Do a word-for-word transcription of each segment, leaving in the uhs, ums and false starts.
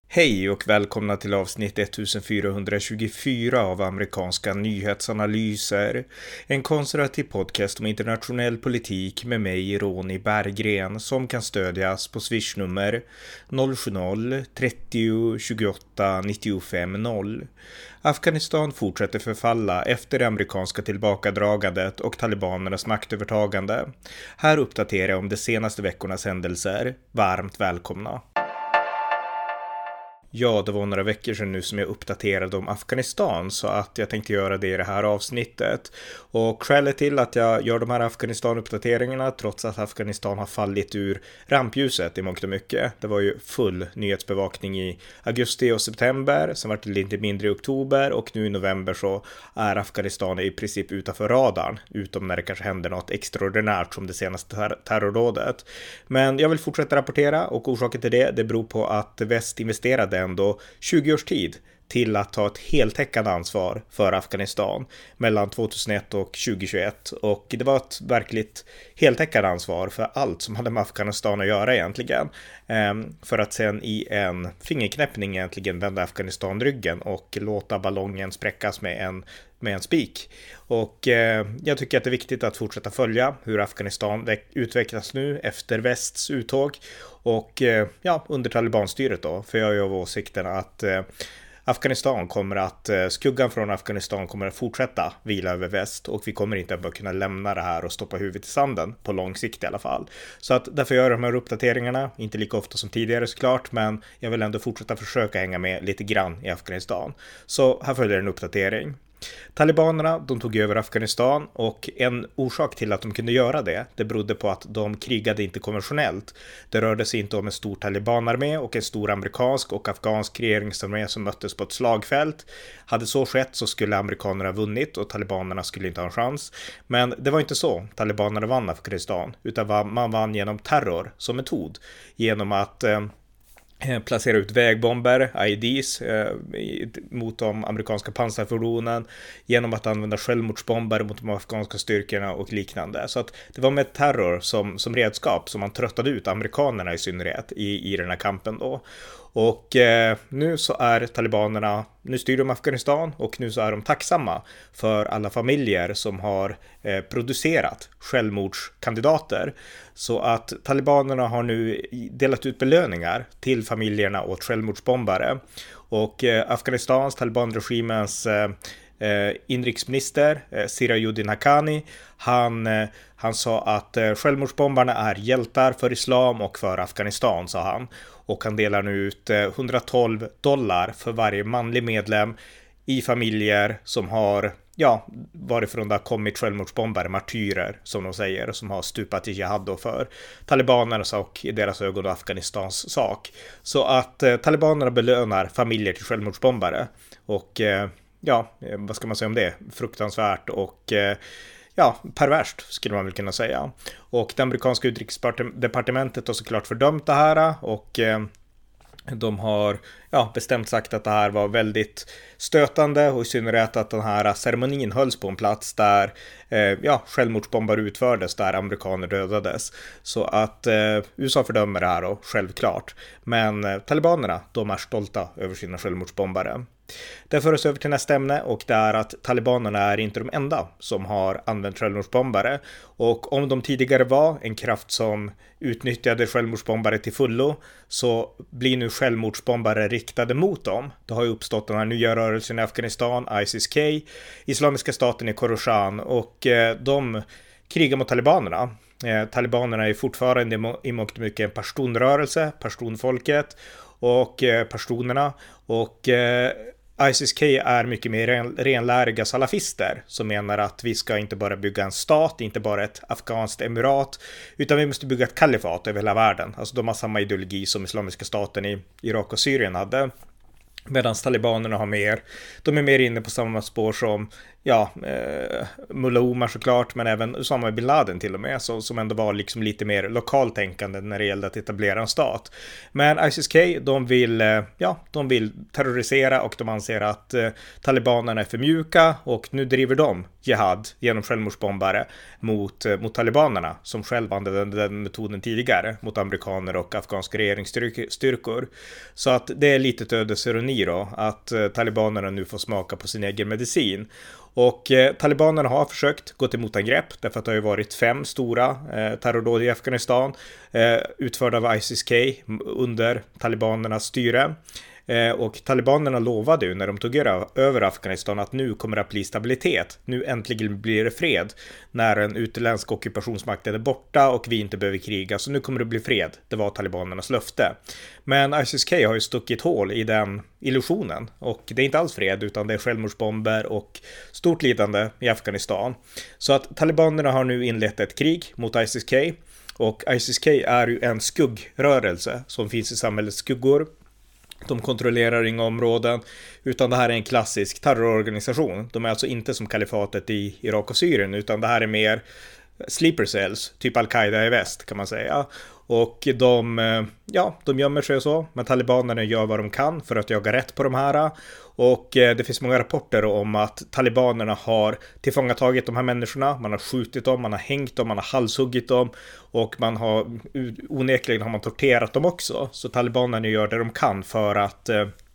Hej och välkomna till avsnitt fjortonhundratjugofyra av amerikanska nyhetsanalyser. En konservativ podcast om internationell politik med mig, Ronny Berggren, som kan stödjas på swishnummer noll sju noll, trettio, tjugoåtta, nittiofem noll. Afghanistan fortsätter förfalla efter det amerikanska tillbakadragandet och talibanernas maktövertagande. Här uppdaterar jag om de senaste veckornas händelser. Varmt välkomna! Ja, det var några veckor sedan nu som jag uppdaterade om Afghanistan, så att jag tänkte göra det i det här avsnittet. Och skälet till att jag gör de här Afghanistan-uppdateringarna, trots att Afghanistan har fallit ur rampljuset i mångt och mycket. Det var ju full nyhetsbevakning i augusti och september, sen var det lite mindre i oktober och nu i november så är Afghanistan i princip utanför radarn, utom när det kanske händer något extraordinärt som det senaste ter- terrorrådet. Men jag vill fortsätta rapportera och orsaken till det, det beror på att väst investerade ändå tjugo års tid till att ta ett heltäckande ansvar för Afghanistan mellan tjugohundraett och tjugohundratjugoett, och det var ett verkligt heltäckande ansvar för allt som hade med Afghanistan att göra egentligen, för att sen i en fingerknäppning egentligen vända Afghanistan ryggen och låta ballongen spräckas med en med en spik. Och eh, jag tycker att det är viktigt att fortsätta följa hur Afghanistan utvecklas nu efter västs uttåg och eh, ja, under talibanstyret då, för jag är av åsikten att eh, Afghanistan kommer att, eh, skuggan från Afghanistan kommer att fortsätta vila över väst, och vi kommer inte att bara kunna lämna det här och stoppa huvudet i sanden på lång sikt i alla fall. Så att därför gör jag de här uppdateringarna, inte lika ofta som tidigare såklart, men jag vill ändå fortsätta försöka hänga med lite grann i Afghanistan. Så här följer en uppdatering. Talibanerna, de tog över Afghanistan, och en orsak till att de kunde göra det, det berodde på att de krigade inte konventionellt. Det rörde sig inte om en stor talibanarmé och en stor amerikansk och afghansk regeringsarmé som möttes på ett slagfält. Hade så skett så skulle amerikanerna vunnit och talibanerna skulle inte ha en chans. Men det var inte så talibanerna vann Afghanistan, utan man vann genom terror som metod, genom att eh, placera ut vägbomber, I E Ds, eh, mot de amerikanska pansarfordonen, genom att använda självmordsbomber mot de afghanska styrkorna och liknande. Så att det var med terror som, som redskap som man tröttade ut amerikanerna i synnerhet i, i den här kampen då. Och eh, nu så är talibanerna, nu styr de Afghanistan, och nu så är de tacksamma för alla familjer som har eh, producerat självmordskandidater. Så att talibanerna har nu delat ut belöningar till familjerna åt självmordsbombare. Och eh, Afghanistans talibanregimens eh, Eh, inrikesminister eh, Sirajuddin Haqqani, han, eh, han sa att eh, självmordsbombarna är hjältar för islam och för Afghanistan, sa han. Och han delar nu ut eh, hundratolv dollar för varje manlig medlem i familjer som har, ja, varifrån det har kommit självmordsbombare, martyrer som de säger, som har stupat i jihad för talibanernas och i deras ögon då Afghanistans sak. Så att eh, talibanerna belönar familjer till självmordsbombare, och eh, ja, vad ska man säga om det? Fruktansvärt och eh, ja, perverst skulle man väl kunna säga. Och det amerikanska utrikesdepartementet har såklart fördömt det här, och eh, de har ja, bestämt sagt att det här var väldigt stötande, och i synnerhet att den här ceremonin hölls på en plats där eh, ja, självmordsbombar utfördes, där amerikaner dödades. Så att eh, U S A fördömer det här då, självklart. Men eh, talibanerna, de är stolta över sina självmordsbombare. Det för oss över till nästa ämne, och det är att talibanerna är inte de enda som har använt självmordsbombare. Och om de tidigare var en kraft som utnyttjade självmordsbombare till fullo, så blir nu självmordsbombare riktade mot dem. Det har ju uppstått den här nya rörelsen i Afghanistan, ISIS-K, Islamiska staten i Khorasan, och eh, de krigar mot talibanerna. Eh, talibanerna är fortfarande i mångt och mycket en pashtunrörelse, pashtunfolket och eh, pashtunerna, och eh, ISIS-K är mycket mer ren, renläriga salafister som menar att vi ska inte bara bygga en stat, inte bara ett afghanskt emirat, utan vi måste bygga ett kalifat över hela världen. Alltså de har samma ideologi som Islamiska staten i Irak och Syrien hade. Medan talibanerna har mer, de är mer inne på samma spår som ja, eh, Mullah Omar såklart, men även Osama bin Laden till och med, så, som ändå var liksom lite mer lokaltänkande när det gällde att etablera en stat. Men ISIS-K, de vill, eh, ja, de vill terrorisera och de anser att eh, talibanerna är för mjuka och nu driver de jihad genom självmordsbombare mot, eh, mot talibanerna som själva använde den metoden tidigare mot amerikaner och afghanska regeringsstyrkor. Så att det är lite ödesironi då att eh, talibanerna nu får smaka på sin egen medicin. Och eh, talibanerna har försökt gå till motangrepp därför att det har ju varit fem stora eh, terrordåd i Afghanistan eh, utförda av ISIS-K under talibanernas styre. Eh, och talibanerna lovade ju när de tog över Afghanistan att nu kommer det att bli stabilitet. Nu äntligen blir det fred när en utländsk ockupationsmakt är borta och vi inte behöver kriga. Så nu kommer det bli fred. Det var talibanernas löfte. Men ISIS-K har ju stuckit hål i den illusionen. Och det är inte alls fred utan det är självmordsbomber och stort lidande i Afghanistan. Så att talibanerna har nu inlett ett krig mot ISIS-K. Och ISIS-K är ju en skuggrörelse som finns i samhällets skuggor. De kontrollerar inga områden, utan det här är en klassisk terrororganisation. De är alltså inte som kalifatet i Irak och Syrien, utan det här är mer sleeper cells, typ Al-Qaida i väst kan man säga. Och de, ja, de gömmer sig och så, men talibanerna gör vad de kan för att jaga rätt på de här. Och det finns många rapporter om att talibanerna har tillfångatagit de här människorna, man har skjutit dem, man har hängt dem, man har halshuggit dem och man har onekligen har man torterat dem också. Så talibanerna gör det de kan för att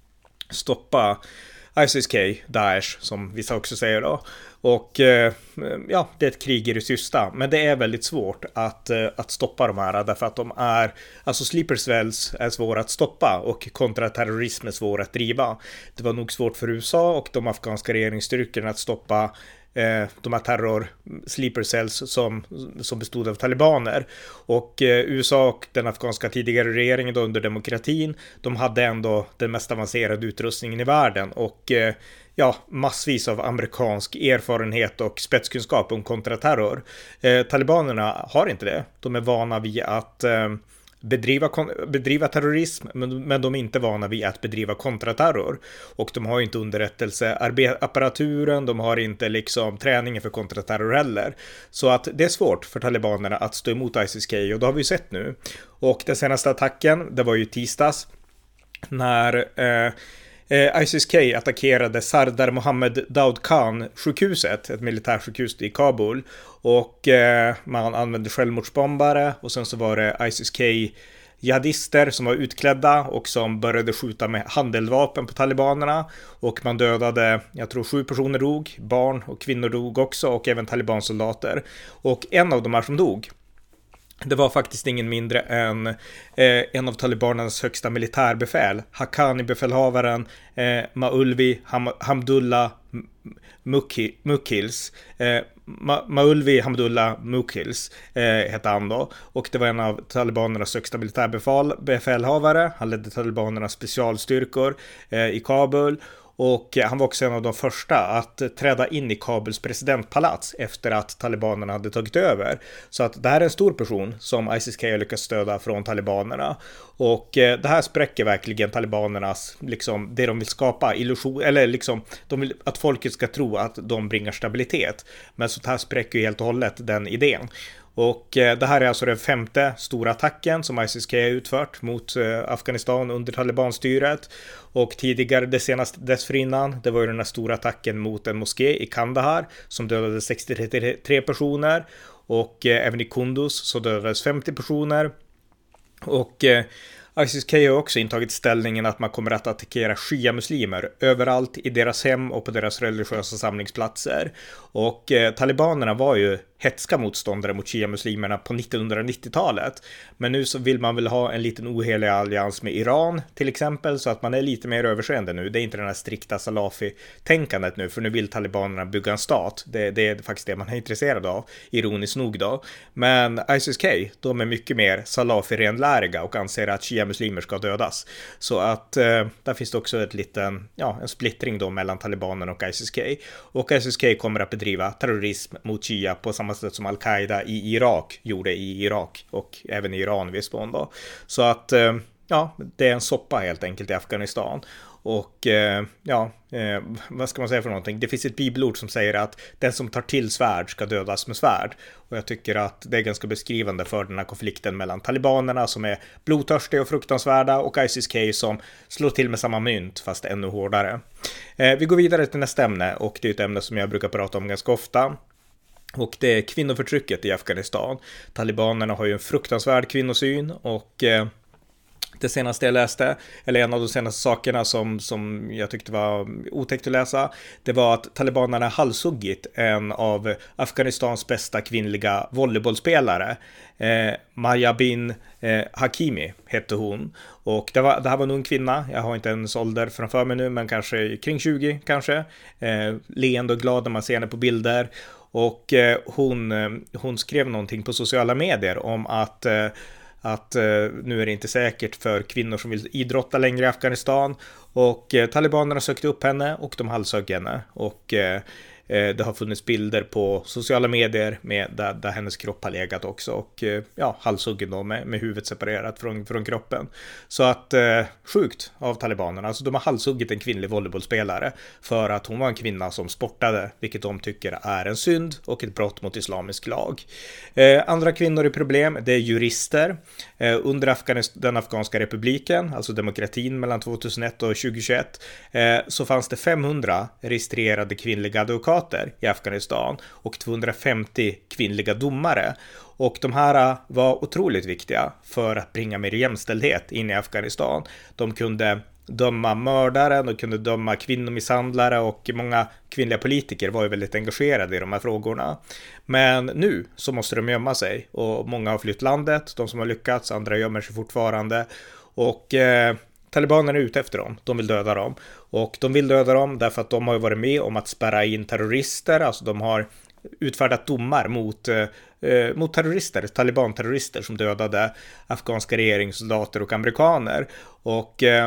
stoppa ISIS-K, Daesh som vissa också säger då. Och ja, det är ett krig i det tysta, men det är väldigt svårt att, att stoppa de här därför att de är, alltså sleeper cells är svåra att stoppa och kontraterrorism är svår att driva. Det var nog svårt för U S A och de afghanska regeringsstyrkorna att stoppa eh, de här terror sleeper cells som, som bestod av talibaner. Och eh, U S A och den afghanska tidigare regeringen då under demokratin, de hade ändå den mest avancerade utrustningen i världen och eh, ja, massvis av amerikansk erfarenhet och spetskunskap om kontraterror. Eh, talibanerna har inte det. De är vana vid att eh, bedriva, bedriva terrorism, men, men de är inte vana vid att bedriva kontraterror. Och de har inte underrättelseapparaturen, de har inte liksom träningen för kontraterror heller. Så att det är svårt för talibanerna att stå emot ISIS-K och det har vi sett nu. Och den senaste attacken, det var ju tisdags när eh, ISIS-K attackerade Sardar Mohammed Daud Khan sjukhuset, ett militärsjukhus i Kabul, och eh, man använde självmordsbombare och sen så var det ISIS-K jihadister som var utklädda och som började skjuta med handeldvapen på talibanerna och man dödade, jag tror sju personer dog, barn och kvinnor dog också och även talibansoldater och en av de här som dog, det var faktiskt ingen mindre än eh, en av talibanernas högsta militärbefäl, Haqqani-befälhavaren eh, Maulvi Ham- Hamdullah Mukhi- Mukhils. Eh, Ma- Maulvi Hamdullah Mukhils eh, hette han då. Och det var en av talibanernas högsta militärbefälhavare. Han ledde talibanernas specialstyrkor eh, i Kabul. Och han var också en av de första att träda in i Kabuls presidentpalats efter att talibanerna hade tagit över. Så att det här är en stor person som ISIS-K har lyckats stödja från talibanerna. Och det här spräcker verkligen talibanernas, liksom, det de vill skapa, illusion, eller liksom, de vill att folket ska tro att de bringar stabilitet. Men så här spräcker ju helt och hållet den idén. Och det här är alltså den femte stora attacken som ISIS-K har utfört mot Afghanistan under talibanstyret. Och tidigare, det senaste dessförinnan, det var ju den här stora attacken mot en moské i Kandahar som dödade sextiotre personer. Och även i Kunduz så dödades femtio personer. Och ISIS-K har också intagit ställningen att man kommer att attackera shia-muslimer överallt i deras hem och på deras religiösa samlingsplatser. Och eh, talibanerna var ju hetska motståndare mot shia-muslimerna på nittonhundranittiotalet. Men nu så vill man väl ha en liten ohelig allians med Iran till exempel, så att man är lite mer överseende nu. Det är inte den här strikta Salafi-tänkandet nu, för nu vill talibanerna bygga en stat. Det, det är faktiskt det man är intresserad av, ironiskt nog då. Men ISIS-K, de är mycket mer Salafi-renläriga och anser att shia-muslimer ska dödas. Så att eh, där finns det också ett liten, ja, en splittring då mellan talibanerna och ISIS-K. Och ISIS-K kommer att bedriva terrorism mot shia på samma sätt som Al-Qaida i Irak gjorde i Irak och även i Iran i viss mån då. Så att ja, det är en soppa helt enkelt i Afghanistan. Och eh, ja, eh, vad ska man säga för någonting? Det finns ett bibelord som säger att den som tar till svärd ska dödas med svärd. Och jag tycker att det är ganska beskrivande för den här konflikten mellan talibanerna som är blodtörstiga och fruktansvärda och ISIS-K som slår till med samma mynt fast ännu hårdare. Eh, vi går vidare till nästa ämne och det är ett ämne som jag brukar prata om ganska ofta. Och det är kvinnoförtrycket i Afghanistan. Talibanerna har ju en fruktansvärd kvinnosyn och eh, det senaste jag läste, eller en av de senaste sakerna som, som jag tyckte var otäckt att läsa, det var att talibanerna halshuggit en av Afghanistans bästa kvinnliga volleybollspelare. Eh, Maya bin eh, Hakimi hette hon. Och det, var, det här var en ung kvinna, jag har inte ens ålder framför mig nu, men kanske kring tjugo kanske. Eh, leende och glad när man ser henne på bilder. Och eh, hon, eh, hon skrev någonting på sociala medier om att eh, att eh, nu är det inte säkert för kvinnor som vill idrotta längre i Afghanistan. Och eh, talibanerna sökte upp henne och de halshögg henne. Och eh, eh, det har funnits bilder på sociala medier med där, där hennes kropp har legat också. Och eh, ja, halshuggen då med, med huvudet separerat från, från kroppen. Så att eh, sjukt av talibanerna. Alltså de har halshuggit en kvinnlig volleybollspelare för att hon var en kvinna som sportade, vilket de tycker är en synd och ett brott mot islamisk lag. Eh, andra kvinnor i problem, det är jurister. Eh, under Afghanistan, den afghanska republiken, alltså demokratin mellan tjugohundraett och tjugohundratjugoett, eh, så fanns det femhundra registrerade kvinnliga advokater i Afghanistan och tvåhundrafemtio kvinnliga domare. Och de här var otroligt viktiga för att bringa mer jämställdhet in i Afghanistan. De kunde döma mördare, de kunde döma kvinnomisshandlare och många kvinnliga politiker var ju väldigt engagerade i de här frågorna. Men nu så måste de gömma sig och många har flytt landet, de som har lyckats, andra gömmer sig fortfarande och eh, talibanerna är ute efter dem, de vill döda dem. Och de vill döda dem därför att de har ju varit med om att spärra in terrorister, alltså de har utfärdat domar mot, eh, mot terrorister, taliban-terrorister som dödade afghanska regeringssoldater och amerikaner. Och eh,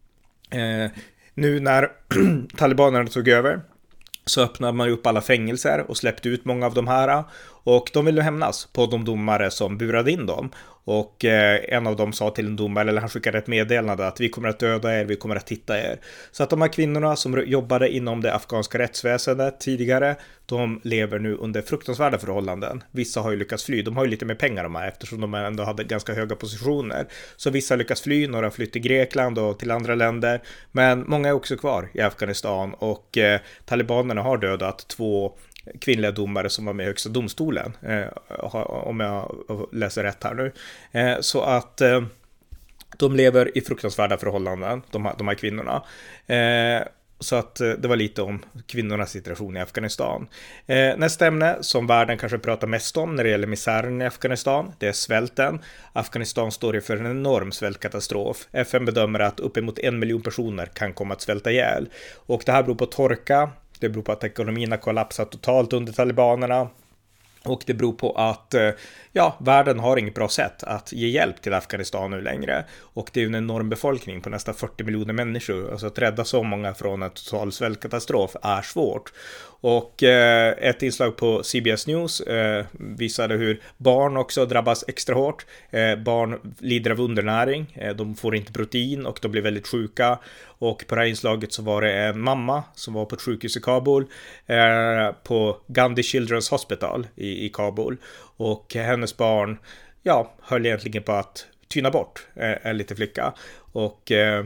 eh, nu när talibanerna tog över så öppnade man upp alla fängelser och släppte ut många av de här. Och de ville hämnas på de domare som burade in dem. Och eh, en av dem sa till en domare, eller han skickade ett meddelande att vi kommer att döda er, vi kommer att titta er. Så att de här kvinnorna som jobbade inom det afghanska rättsväsendet tidigare, de lever nu under fruktansvärda förhållanden. Vissa har ju lyckats fly, de har ju lite mer pengar de här eftersom de ändå hade ganska höga positioner. Så vissa har lyckats fly, några har flytt till Grekland och till andra länder. Men många är också kvar i Afghanistan och eh, talibanerna har dödat två kvinnliga domare som var med i högsta domstolen, eh, om jag läser rätt här nu. Eh, så att eh, de lever i fruktansvärda förhållanden, de här, de här kvinnorna. Eh, så att eh, det var lite om kvinnornas situation i Afghanistan. Eh, nästa ämne som världen kanske pratar mest om när det gäller misären i Afghanistan, det är svälten. Afghanistan står inför en enorm svältkatastrof. F N bedömer att uppemot en miljon personer kan komma att svälta ihjäl. Och det här beror på torka. Det beror på att ekonomin har kollapsat totalt under talibanerna. Och det beror på att ja, världen har inget bra sätt att ge hjälp till Afghanistan nu längre. Och det är ju en enorm befolkning på nästan fyrtio miljoner människor. Alltså att rädda så många från en total svältkatastrof är svårt. Och eh, ett inslag på C B S News eh, visade hur barn också drabbas extra hårt. Eh, barn lider av undernäring, eh, de får inte protein och de blir väldigt sjuka. Och på det här inslaget så var det en mamma som var på ett sjukhus i Kabul, eh, på Gandhi Children's Hospital i, i Kabul. Och hennes barn, ja, höll egentligen på att tyna bort, eh, en liten flicka. Och eh,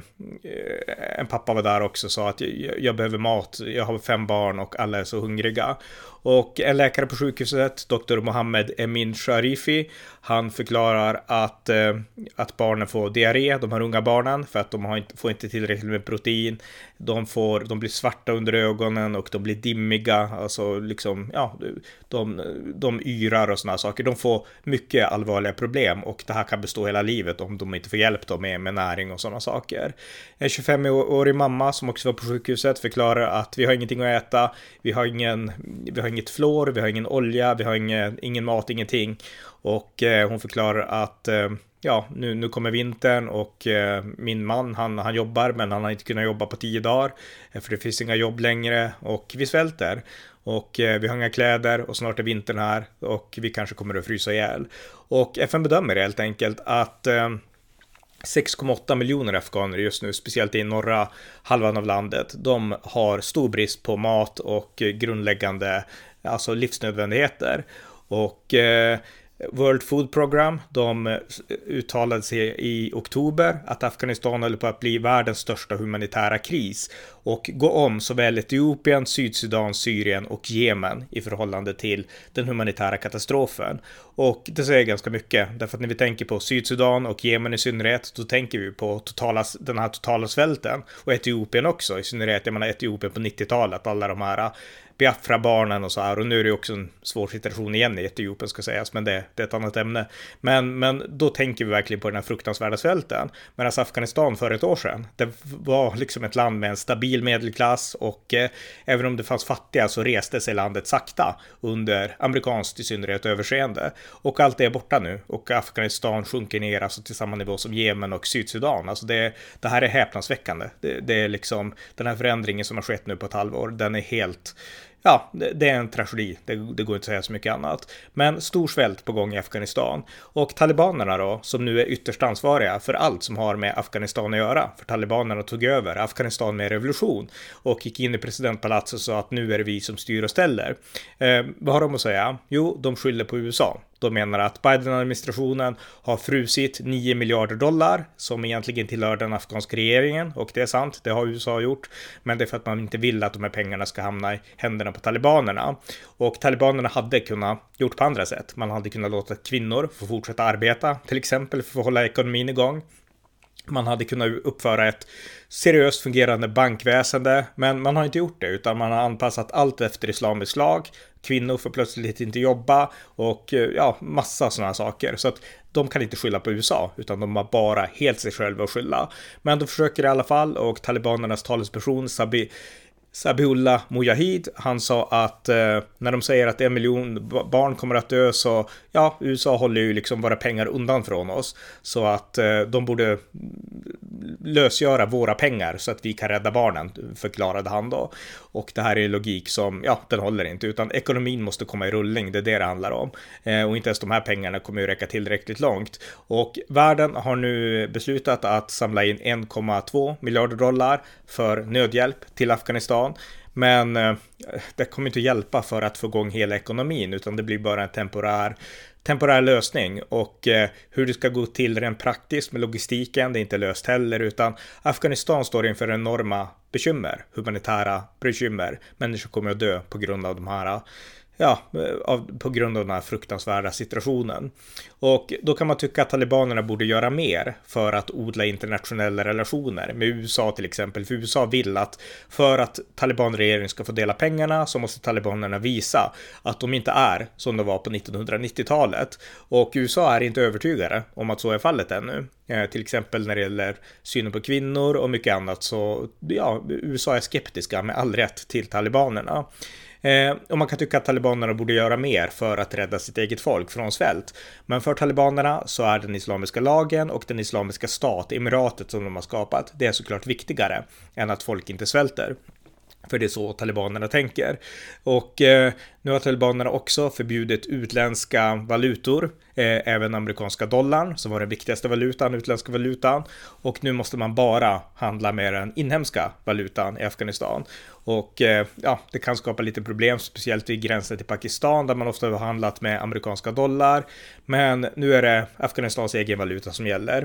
en pappa var där också och sa att jag, jag behöver mat, jag har fem barn och alla är så hungriga. Och en läkare på sjukhuset, doktor Mohammed Emin Sharifi, han förklarar att, eh, att barnen får diarré, de här unga barnen, för att de har inte, får inte tillräckligt med protein. De, får, de blir svarta under ögonen och de blir dimmiga, alltså liksom, ja, de, de yrar och såna saker. De får mycket allvarliga problem och det här kan bestå hela livet om de inte får hjälp då med, med näring och sådana saker. En tjugofemårig mamma som också var på sjukhuset förklarar att vi har ingenting att äta, vi har, ingen, vi har inget flor, vi har ingen olja, vi har ingen, ingen mat, ingenting. Och eh, hon förklarar att eh, ja, nu, nu kommer vintern och eh, min man, han, han jobbar men han har inte kunnat jobba på tio dagar eh, för det finns inga jobb längre och vi svälter. Och eh, vi har inga kläder och snart är vintern här och vi kanske kommer att frysa ihjäl. Och F N bedömer helt enkelt att eh, sex komma åtta miljoner afghaner just nu, speciellt i norra halvan av landet. De har stor brist på mat och grundläggande, alltså livsnödvändigheter. Och eh, World Food Program, de uttalade sig i oktober att Afghanistan håller på att bli världens största humanitära kris och gå om såväl Etiopien, Sydsudan, Syrien och Jemen i förhållande till den humanitära katastrofen. Och det säger ganska mycket, därför att när vi tänker på Sydsudan och Jemen i synnerhet, då tänker vi på totala, den här totala svälten, och Etiopien också i synnerhet. Jag menar Etiopien på nittiotalet, alla de här Biafra-barnen och så här, och nu är det också en svår situation igen i Etiopien ska sägas, men det, det är ett annat ämne. Men, men då tänker vi verkligen på den här fruktansvärda svälten. Medan Afghanistan för ett år sedan, det var liksom ett land med en stabil medelklass, och eh, även om det fanns fattiga så reste sig landet sakta under amerikanskt i synnerhet överseende. Och allt det är borta nu, och Afghanistan sjunker ner alltså till samma nivå som Jemen och Sydsudan. Alltså det, det här är häpnadsväckande. Det, det är liksom den här förändringen som har skett nu på ett halvår, den är helt... Ja, det är en tragedi, det, det går inte att säga så mycket annat. Men stor svält på gång i Afghanistan. Och talibanerna då, som nu är ytterst ansvariga för allt som har med Afghanistan att göra. För talibanerna tog över Afghanistan med revolution och gick in i presidentpalatset och sa att nu är det vi som styr och ställer. Eh, vad har de att säga? Jo, de skyller på U S A. De menar att Biden-administrationen har frusit nio miljarder dollar som egentligen tillhör den afghanska regeringen, och det är sant, det har U S A gjort, men det är för att man inte vill att de här pengarna ska hamna i händerna på talibanerna. Och talibanerna hade kunnat gjort på andra sätt. Man hade kunnat låta kvinnor få fortsätta arbeta, till exempel för att hålla ekonomin igång. Man hade kunnat uppföra ett seriöst fungerande bankväsende, men man har inte gjort det, utan man har anpassat allt efter islamisk lag. Kvinnor får plötsligt inte jobba och ja, massa sådana saker. Så att de kan inte skylla på U S A, utan de har bara helt sig själva att skylla. Men de försöker i alla fall, och talibanernas talesperson Sabi Zabihullah Mujahid, han sa att eh, när de säger att en miljon barn kommer att dö, så ja, U S A håller ju liksom våra pengar undan från oss, så att eh, de borde lösgöra våra pengar så att vi kan rädda barnen, förklarade han då. Och det här är logik som, ja, den håller inte, utan ekonomin måste komma i rullning, det är det det handlar om. Eh, och inte ens de här pengarna kommer ju räcka tillräckligt långt. Och världen har nu beslutat att samla in en komma två miljarder dollar för nödhjälp till Afghanistan. Men eh, det kommer inte hjälpa för att få igång hela ekonomin, utan det blir bara en temporär temporär lösning. Och eh, hur det ska gå till rent praktiskt med logistiken, det är inte löst heller, utan Afghanistan står inför enorma bekymmer, humanitära bekymmer. Människor kommer att dö på grund av de här Ja, av, på grund av den här fruktansvärda situationen. Och då kan man tycka att talibanerna borde göra mer för att odla internationella relationer med U S A till exempel. För U S A vill att för att talibanregeringen ska få dela pengarna så måste talibanerna visa att de inte är som de var på nittonhundranittiotalet. Och U S A är inte övertygade om att så är fallet ännu. Eh, till exempel när det gäller synen på kvinnor och mycket annat, så ja, U S A är skeptiska med all rätt till talibanerna. Eh, och man kan tycka att talibanerna borde göra mer för att rädda sitt eget folk från svält. Men för talibanerna så är den islamiska lagen och den islamiska stat, emiratet som de har skapat, det är såklart viktigare än att folk inte svälter. För det är så talibanerna tänker. Och eh, nu har talibanerna också förbjudit utländska valutor. Eh, även amerikanska dollarn som var den viktigaste valutan, utländska valutan. Och nu måste man bara handla med den inhemska valutan i Afghanistan. Och eh, ja, det kan skapa lite problem, speciellt vid gränsen till Pakistan där man ofta har handlat med amerikanska dollar. Men nu är det Afghanistans egen valuta som gäller.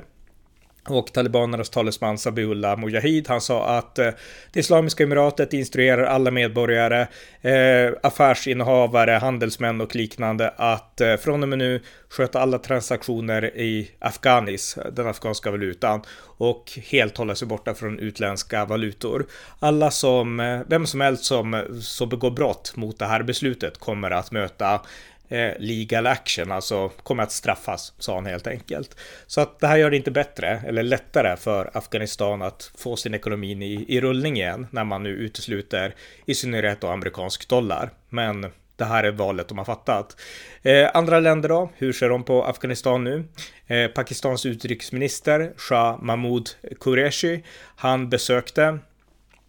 Och talibanernas talesman Zabihullah Mujahid, han sa att eh, det islamiska emiratet instruerar alla medborgare, eh, affärsinnehavare, handelsmän och liknande att eh, från och med nu sköta alla transaktioner i Afghanis, den afghanska valutan, och helt hålla sig borta från utländska valutor. Alla som, eh, vem som helst som, som begår brott mot det här beslutet kommer att möta Eh, legal action, alltså kommer att straffas, sa han helt enkelt. Så att det här gör det inte bättre eller lättare för Afghanistan att få sin ekonomi i, i rullning igen när man nu utesluter i synnerhet då amerikansk dollar. Men det här är valet de har fattat. Eh, andra länder då, hur ser de på Afghanistan nu? Eh, Pakistans utrikesminister Shah Mahmood Qureshi, han besökte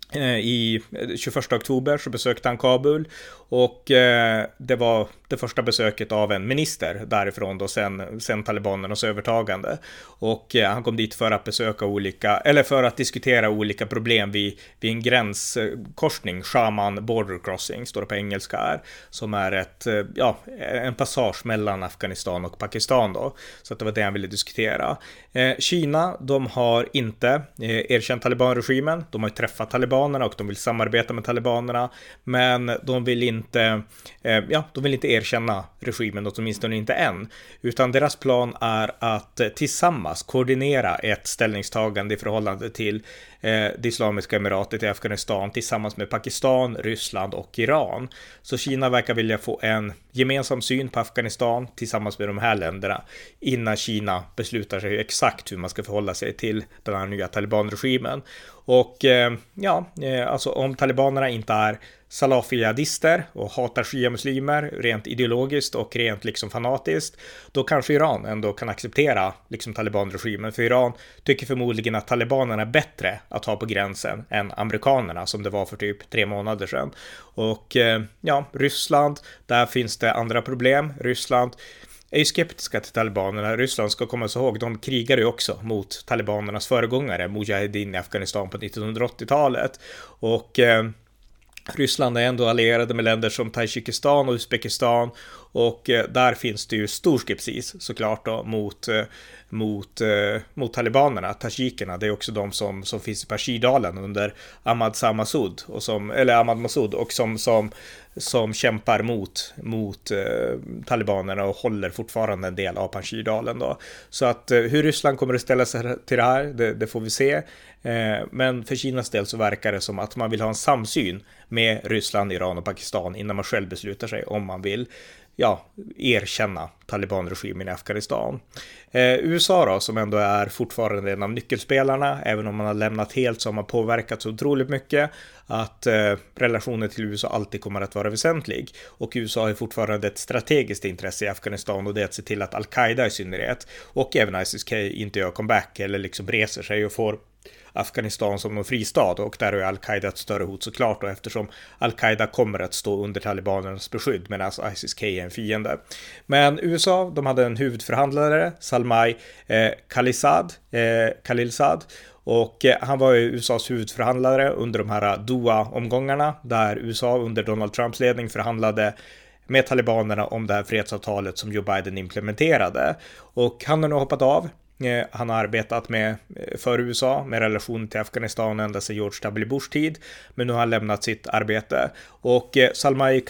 I tjugoförsta oktober så besökte han Kabul och eh, det var det första besöket av en minister därifrån då sen, sen talibanernas övertagande. Och eh, han kom dit för att besöka olika, eller för att diskutera olika problem vid, vid en gränskorsning, Shaman Border Crossing står det på engelska här, som är ett, eh, ja, en passage mellan Afghanistan och Pakistan då. Så att det var det han ville diskutera. Eh, Kina, de har inte eh, erkänt talibanregimen, de har ju träffat taliban och de vill samarbeta med talibanerna, men de vill inte eh, ja, de vill inte erkänna regimen, åtminstone inte än, utan deras plan är att eh, tillsammans koordinera ett ställningstagande i förhållande till eh, det Islamiska Emiratet i Afghanistan tillsammans med Pakistan, Ryssland och Iran. Så Kina verkar vilja få en gemensam syn på Afghanistan tillsammans med de här länderna innan Kina beslutar sig exakt hur man ska förhålla sig till den här nya talibanregimen. Och eh, ja, eh, alltså om talibanerna inte är salafijadister och hatar shia-muslimer rent ideologiskt och rent liksom fanatiskt, då kanske Iran ändå kan acceptera liksom talibanregimen. För Iran tycker förmodligen att talibanerna är bättre att ha på gränsen än amerikanerna, som det var för typ tre månader sedan. Och eh, ja, Ryssland, där finns det andra problem. Ryssland är ju skeptiska till talibanerna. Ryssland ska komma så ihåg, de krigar ju också mot talibanernas föregångare, Mujahedin i Afghanistan på nittonhundraåttiotalet. Och eh, Ryssland är ändå allierade med länder som Tadzjikistan och Uzbekistan, och eh, där finns det ju stor skepsis såklart då mot, eh, mot, eh, mot talibanerna. Tadsjikerna, det är också de som, som finns i Pashirdalen under Ahmad Massoud och som, eller Ahmad Massoud och som, som, som kämpar mot, mot eh, talibanerna och håller fortfarande en del av Pashirdalen då. Så att eh, hur Ryssland kommer att ställa sig till det här, det, det får vi se. Eh, men för Kinas del så verkar det som att man vill ha en samsyn med Ryssland, Iran och Pakistan innan man själv beslutar sig om man vill ja, erkänna talibanregimen i Afghanistan. Eh, U S A då, som ändå är fortfarande en av nyckelspelarna, även om man har lämnat helt, så har man påverkat så otroligt mycket att eh, relationen till U S A alltid kommer att vara väsentlig. Och U S A har fortfarande ett strategiskt intresse i Afghanistan, och det är att se till att Al-Qaida i synnerhet och även ISIS K inte gör comeback eller liksom reser sig och får Afghanistan som en fristad, och där är Al-Qaida ett större hot såklart, och eftersom Al-Qaida kommer att stå under talibanernas beskydd medan ISIS K är en fiende. Men U S A, de hade en huvudförhandlare, Salmai eh, Khalilzad, eh, Khalilzad, och eh, han var ju U S As huvudförhandlare under de här Doha-omgångarna där U S A under Donald Trumps ledning förhandlade med talibanerna om det här fredsavtalet som Joe Biden implementerade. Och han har nu hoppat av. Han har arbetat med, för U S A med relation till Afghanistan ända sedan George W. Bush tid, men nu har han lämnat sitt arbete. Och Salmai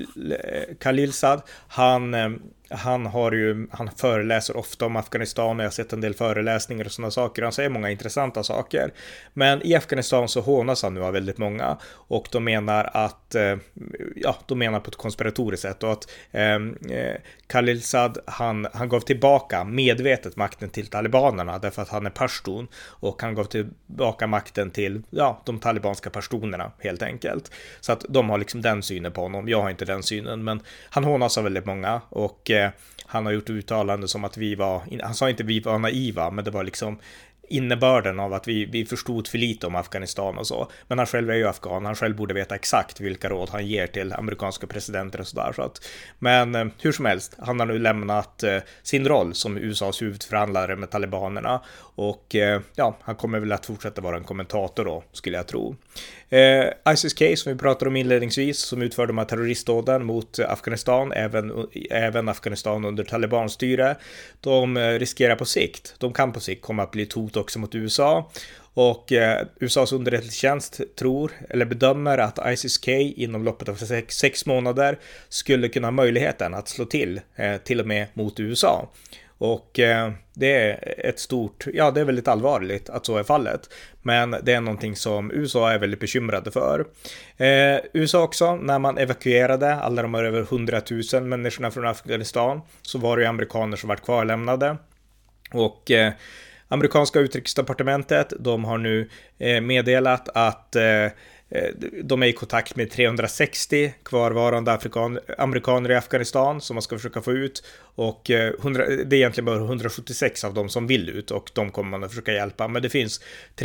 Khalilzad, han, han, har ju, han föreläser ofta om Afghanistan, och jag har sett en del föreläsningar och sådana saker. Han säger många intressanta saker. Men i Afghanistan så hånas han nu av väldigt många, och de menar att ja, de menar på ett konspiratoriskt sätt, och att eh, Khalilzad, han, han gav tillbaka medvetet makten till talibanerna därför att han är pashtun, och han gav tillbaka makten till ja, de talibanska pashtunerna helt enkelt. Så att de har liksom den synen på honom. Jag har inte den synen, men han hånas av väldigt många, och eh, han har gjort uttalanden som att vi var, han sa inte vi var naiva, men det var liksom innebörden av att vi, vi förstod för lite om Afghanistan och så. Men han själv är ju afghan, han själv borde veta exakt vilka råd han ger till amerikanska presidenter och sådär. Så att, men eh, hur som helst, han har nu lämnat eh, sin roll som U S As huvudförhandlare med talibanerna, och eh, ja, han kommer väl att fortsätta vara en kommentator då, skulle jag tro. Eh, ISIS K, som vi pratade om inledningsvis, som utförde de här terroristdåden mot Afghanistan, även, även Afghanistan under talibanstyre, de eh, riskerar på sikt, de kan på sikt komma att bli ett hot också mot U S A. Och eh, U S As underrättelsetjänst tror eller bedömer att ISIS K inom loppet av sex, sex månader skulle kunna ha möjligheten att slå till eh, till och med mot U S A. Och eh, det är ett stort, ja det är väldigt allvarligt att så är fallet, men det är någonting som U S A är väldigt bekymrade för. Eh, U S A också, när man evakuerade alla de över hundratusen människorna från Afghanistan, så var det ju amerikaner som var kvarlämnade. Och eh, amerikanska utrikesdepartementet, de har nu eh, meddelat att eh, de är i kontakt med trehundrasextio kvarvarande afrikan, amerikaner i Afghanistan som man ska försöka få ut, och hundra, det är egentligen bara hundrasjuttiosex av dem som vill ut, och de kommer man att försöka hjälpa, men det finns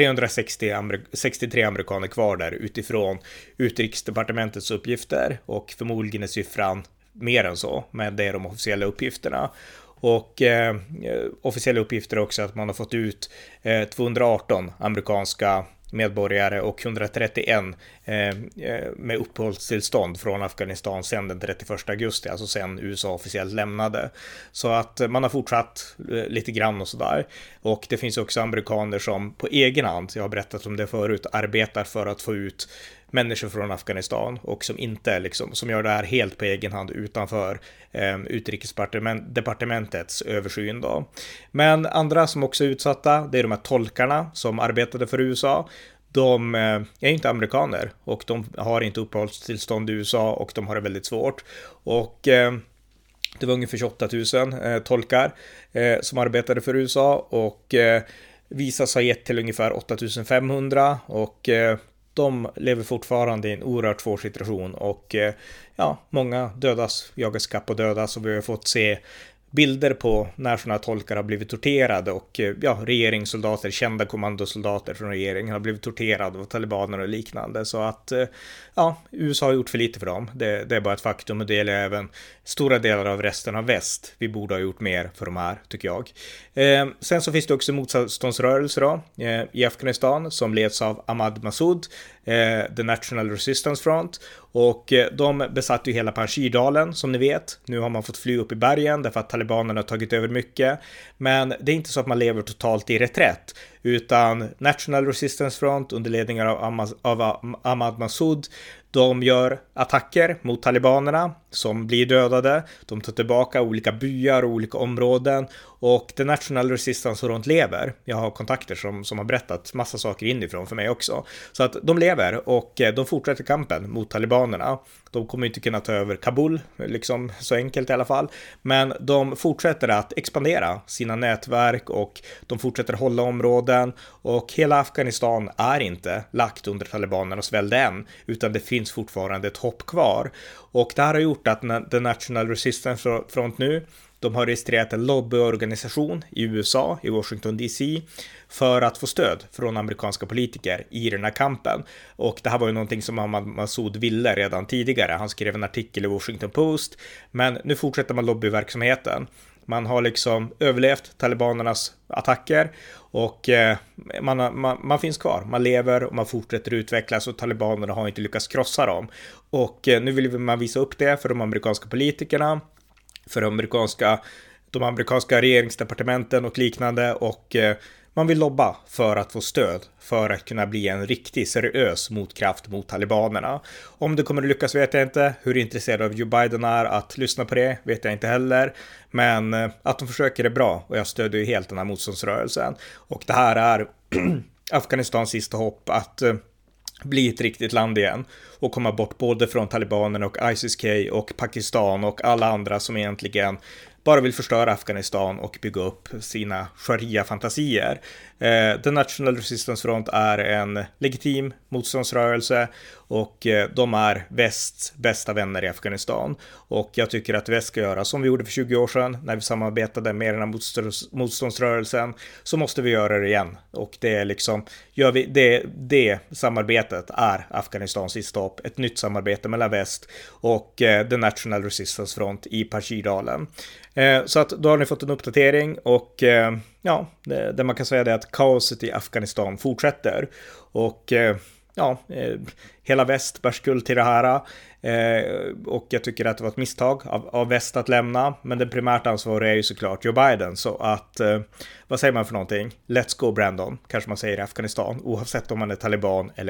trehundrasextiotre amerikaner kvar där utifrån utrikesdepartementets uppgifter, och förmodligen är siffran mer än så, men det är de officiella uppgifterna. Och eh, officiella uppgifter också att man har fått ut eh, tvåhundraarton amerikanska medborgare och hundratrettioen eh, med uppehållstillstånd från Afghanistan sedan den trettioförsta augusti, alltså sedan U S A officiellt lämnade. Så att man har fortsatt eh, lite grann och sådär. Och det finns också amerikaner som på egen hand, jag har berättat om det förut, arbetar för att få ut människor från Afghanistan, och som inte liksom, som gör det här helt på egen hand utanför eh, utrikesdepartementets översyn då. Men andra som också är utsatta, det är de här tolkarna som arbetade för U S A. De eh, är inte amerikaner, och de har inte uppehållstillstånd i U S A, och de har det väldigt svårt. Och eh, det var ungefär tjugoåtta tusen eh, tolkar eh, som arbetade för U S A, och eh, visas ha gett till ungefär åtta tusen femhundra, och eh, de lever fortfarande i en oerhört svår situation, och ja, många dödas, jagas kapp och dödas, och vi har fått se bilder på när sådana tolkar har blivit torterade, och ja, regeringssoldater, kända kommandosoldater från regeringen har blivit torterade av talibaner och liknande. Så att ja, U S A har gjort för lite för dem. Det, det är bara ett faktum, och det gäller även stora delar av resten av väst. Vi borde ha gjort mer för de här, tycker jag. Eh, sen så finns det också motståndsrörelser då, eh, i Afghanistan som leds av Ahmad Massoud, eh, The National Resistance Front, och eh, de besatt ju hela Panjshirdalen som ni vet. Nu har man fått fly upp i bergen därför att talibanerna har tagit över mycket, men det är inte så att man lever totalt i reträtt, utan National Resistance Front under ledning av, Ahmad, av Ahmad Massoud, de gör attacker mot talibanerna som blir dödade. De tar tillbaka olika byar och olika områden, och The National Resistance Front lever. Jag har kontakter som, som har berättat massa saker inifrån för mig också. Så att de lever, och de fortsätter kampen mot talibanerna. De kommer inte kunna ta över Kabul, liksom så enkelt i alla fall. Men de fortsätter att expandera sina nätverk, och de fortsätter hålla områden, och hela Afghanistan är inte lagt under talibanernas välde än, utan det finns fortfarande ett hopp kvar. Och det här har gjort att The National Resistance Front nu, de har registrerat en lobbyorganisation i U S A, i Washington D C, för att få stöd från amerikanska politiker i den här kampen. Och det här var ju någonting som Ahmad Massoud ville redan tidigare. Han skrev en artikel i Washington Post, men nu fortsätter man lobbyverksamheten. Man har liksom överlevt talibanernas attacker, och eh, man, man, man finns kvar, man lever och man fortsätter utvecklas, och talibanerna har inte lyckats krossa dem. Och eh, nu vill man visa upp det för de amerikanska politikerna, för de amerikanska, de amerikanska regeringsdepartementen och liknande, och eh, man vill lobba för att få stöd för att kunna bli en riktig seriös motkraft mot talibanerna. Om det kommer att lyckas vet jag inte. Hur intresserad av Joe Biden är att lyssna på det vet jag inte heller. Men eh, att de försöker är bra, och jag stödjer ju helt den här motståndsrörelsen. Och det här är Afghanistans sista hopp att eh, bli ett riktigt land igen, och komma bort både från talibanerna och I S I S-K och Pakistan och alla andra som egentligen bara vill förstöra Afghanistan och bygga upp sina sharia-fantasier. Eh, The National Resistance Front är en legitim motståndsrörelse, och eh, de är västs bästa vänner i Afghanistan. Och jag tycker att väst ska göra som vi gjorde för tjugo år sedan när vi samarbetade med den här motstånds- motståndsrörelsen, så måste vi göra det igen. Och det är liksom, gör vi det, det samarbetet är Afghanistans sista hopp, ett nytt samarbete mellan väst och eh, The National Resistance Front i Panjshirdalen. Eh, så att då har ni fått en uppdatering, och eh, ja, det, det man kan säga är att kaoset i Afghanistan fortsätter, och eh, ja, eh, hela väst bär skuld till det här, eh, och jag tycker att det var ett misstag av, av väst att lämna, men den primärt ansvariga är ju såklart Joe Biden, så att eh, vad säger man för någonting? Let's go Brandon, kanske man säger i Afghanistan, oavsett om man är taliban eller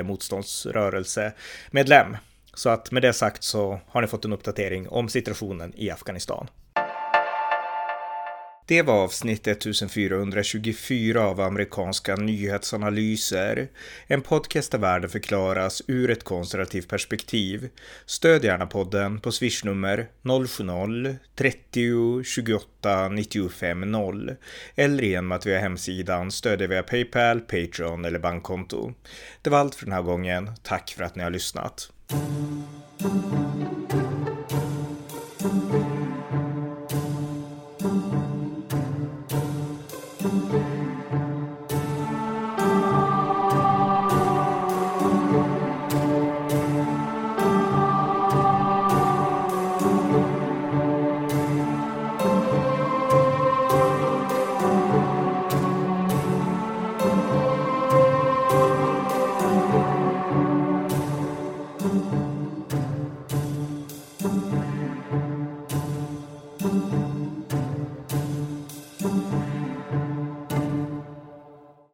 motståndsrörelsemedlem. Så att med det sagt så har ni fått en uppdatering om situationen i Afghanistan. Det var avsnitt fjortonhundratjugofyra av amerikanska nyhetsanalyser. En podcast där världen förklaras ur ett konservativt perspektiv. Stöd gärna podden på swishnummer noll sju noll trettio tjugoåtta nittiofem noll eller genom att via hemsidan stödja via PayPal, Patreon eller bankkonto. Det var allt för den här gången. Tack för att ni har lyssnat.